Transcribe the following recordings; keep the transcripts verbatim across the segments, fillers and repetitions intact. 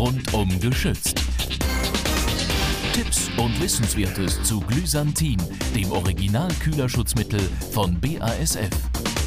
rundum geschützt. Tipps und Wissenswertes zu Glysantin, dem Original-Kühlerschutzmittel von B A S F.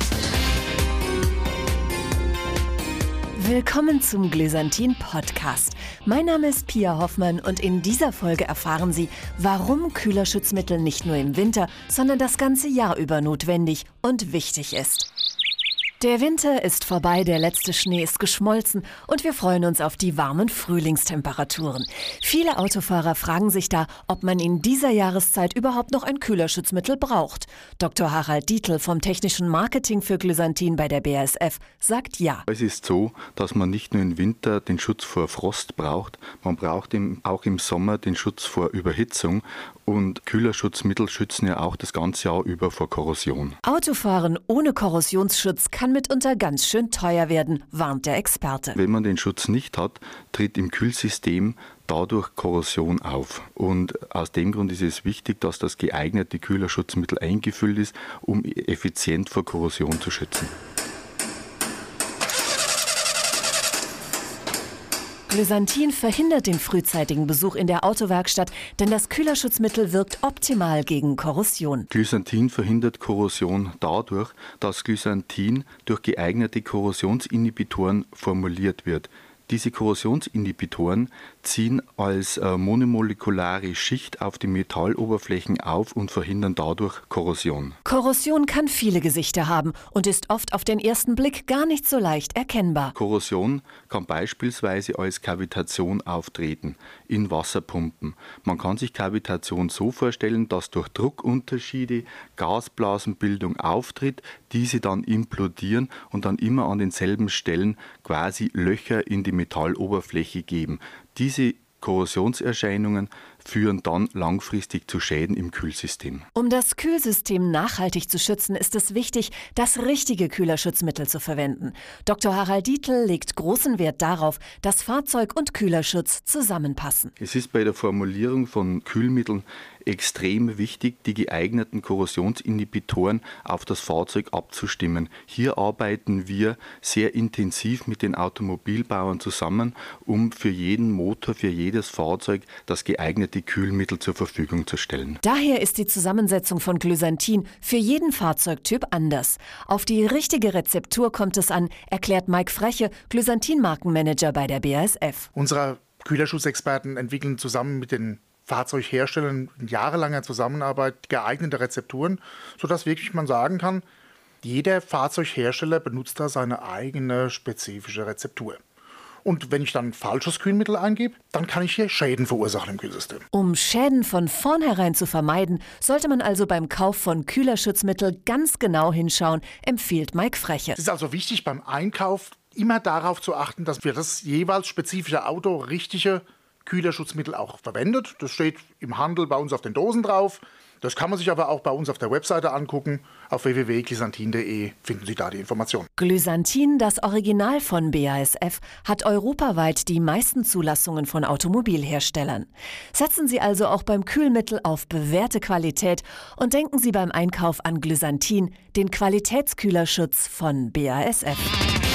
Willkommen zum Glysantin-Podcast. Mein Name ist Pia Hoffmann und in dieser Folge erfahren Sie, warum Kühlerschutzmittel nicht nur im Winter, sondern das ganze Jahr über notwendig und wichtig ist. Der Winter ist vorbei, der letzte Schnee ist geschmolzen und wir freuen uns auf die warmen Frühlingstemperaturen. Viele Autofahrer fragen sich da, ob man in dieser Jahreszeit überhaupt noch ein Kühlerschutzmittel braucht. Doktor Harald Dietl vom Technischen Marketing für Glysantin bei der B A S F sagt ja. Es ist so, dass man nicht nur im Winter den Schutz vor Frost braucht, man braucht auch im Sommer den Schutz vor Überhitzung. Und Kühlerschutzmittel schützen ja auch das ganze Jahr über vor Korrosion. Autofahren ohne Korrosionsschutz kann mitunter ganz schön teuer werden, warnt der Experte. Wenn man den Schutz nicht hat, tritt im Kühlsystem dadurch Korrosion auf. Und aus dem Grund ist es wichtig, dass das geeignete Kühlerschutzmittel eingefüllt ist, um effizient vor Korrosion zu schützen. Glysantin verhindert den frühzeitigen Besuch in der Autowerkstatt, denn das Kühlerschutzmittel wirkt optimal gegen Korrosion. Glysantin verhindert Korrosion dadurch, dass Glysantin durch geeignete Korrosionsinhibitoren formuliert wird. Diese Korrosionsinhibitoren ziehen als äh, monomolekulare Schicht auf die Metalloberflächen auf und verhindern dadurch Korrosion. Korrosion kann viele Gesichter haben und ist oft auf den ersten Blick gar nicht so leicht erkennbar. Korrosion kann beispielsweise als Kavitation auftreten in Wasserpumpen. Man kann sich Kavitation so vorstellen, dass durch Druckunterschiede Gasblasenbildung auftritt, diese dann implodieren und dann immer an denselben Stellen quasi Löcher in die Metalloberfläche geben. Diese Korrosionserscheinungen führen dann langfristig zu Schäden im Kühlsystem. Um das Kühlsystem nachhaltig zu schützen, ist es wichtig, das richtige Kühlerschutzmittel zu verwenden. Doktor Harald Dietl legt großen Wert darauf, dass Fahrzeug und Kühlerschutz zusammenpassen. Es ist bei der Formulierung von Kühlmitteln extrem wichtig, die geeigneten Korrosionsinhibitoren auf das Fahrzeug abzustimmen. Hier arbeiten wir sehr intensiv mit den Automobilbauern zusammen, um für jeden Motor, für jedes Fahrzeug das geeignete Kühlmittel zur Verfügung zu stellen. Daher ist die Zusammensetzung von Glysantin für jeden Fahrzeugtyp anders. Auf die richtige Rezeptur kommt es an, erklärt Mike Freche, Glysantin-Markenmanager bei der B A S F. Unsere Kühlerschutzexperten entwickeln zusammen mit den Fahrzeugherstellern in jahrelanger Zusammenarbeit geeignete Rezepturen, sodass wirklich man sagen kann, jeder Fahrzeughersteller benutzt da seine eigene spezifische Rezeptur. Und wenn ich dann falsches Kühlmittel eingebe, dann kann ich hier Schäden verursachen im Kühlsystem. Um Schäden von vornherein zu vermeiden, sollte man also beim Kauf von Kühlerschutzmittel ganz genau hinschauen, empfiehlt Mike Freche. Es ist also wichtig, beim Einkauf immer darauf zu achten, dass wir das jeweils spezifische Auto richtige Kühlerschutzmittel auch verwendet. Das steht im Handel bei uns auf den Dosen drauf. Das kann man sich aber auch bei uns auf der Webseite angucken. Auf w w w punkt glysantin punkt d e finden Sie da die Informationen. Glysantin, das Original von B A S F, hat europaweit die meisten Zulassungen von Automobilherstellern. Setzen Sie also auch beim Kühlmittel auf bewährte Qualität und denken Sie beim Einkauf an Glysantin, den Qualitätskühlerschutz von B A S F.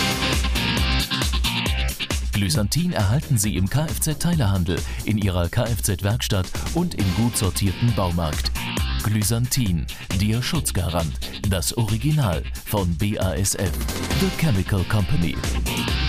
Glysantin erhalten Sie im Kfz-Teilehandel, in Ihrer Kfz-Werkstatt und im gut sortierten Baumarkt. Glysantin, der Schutzgarant, das Original von B A S F, The Chemical Company.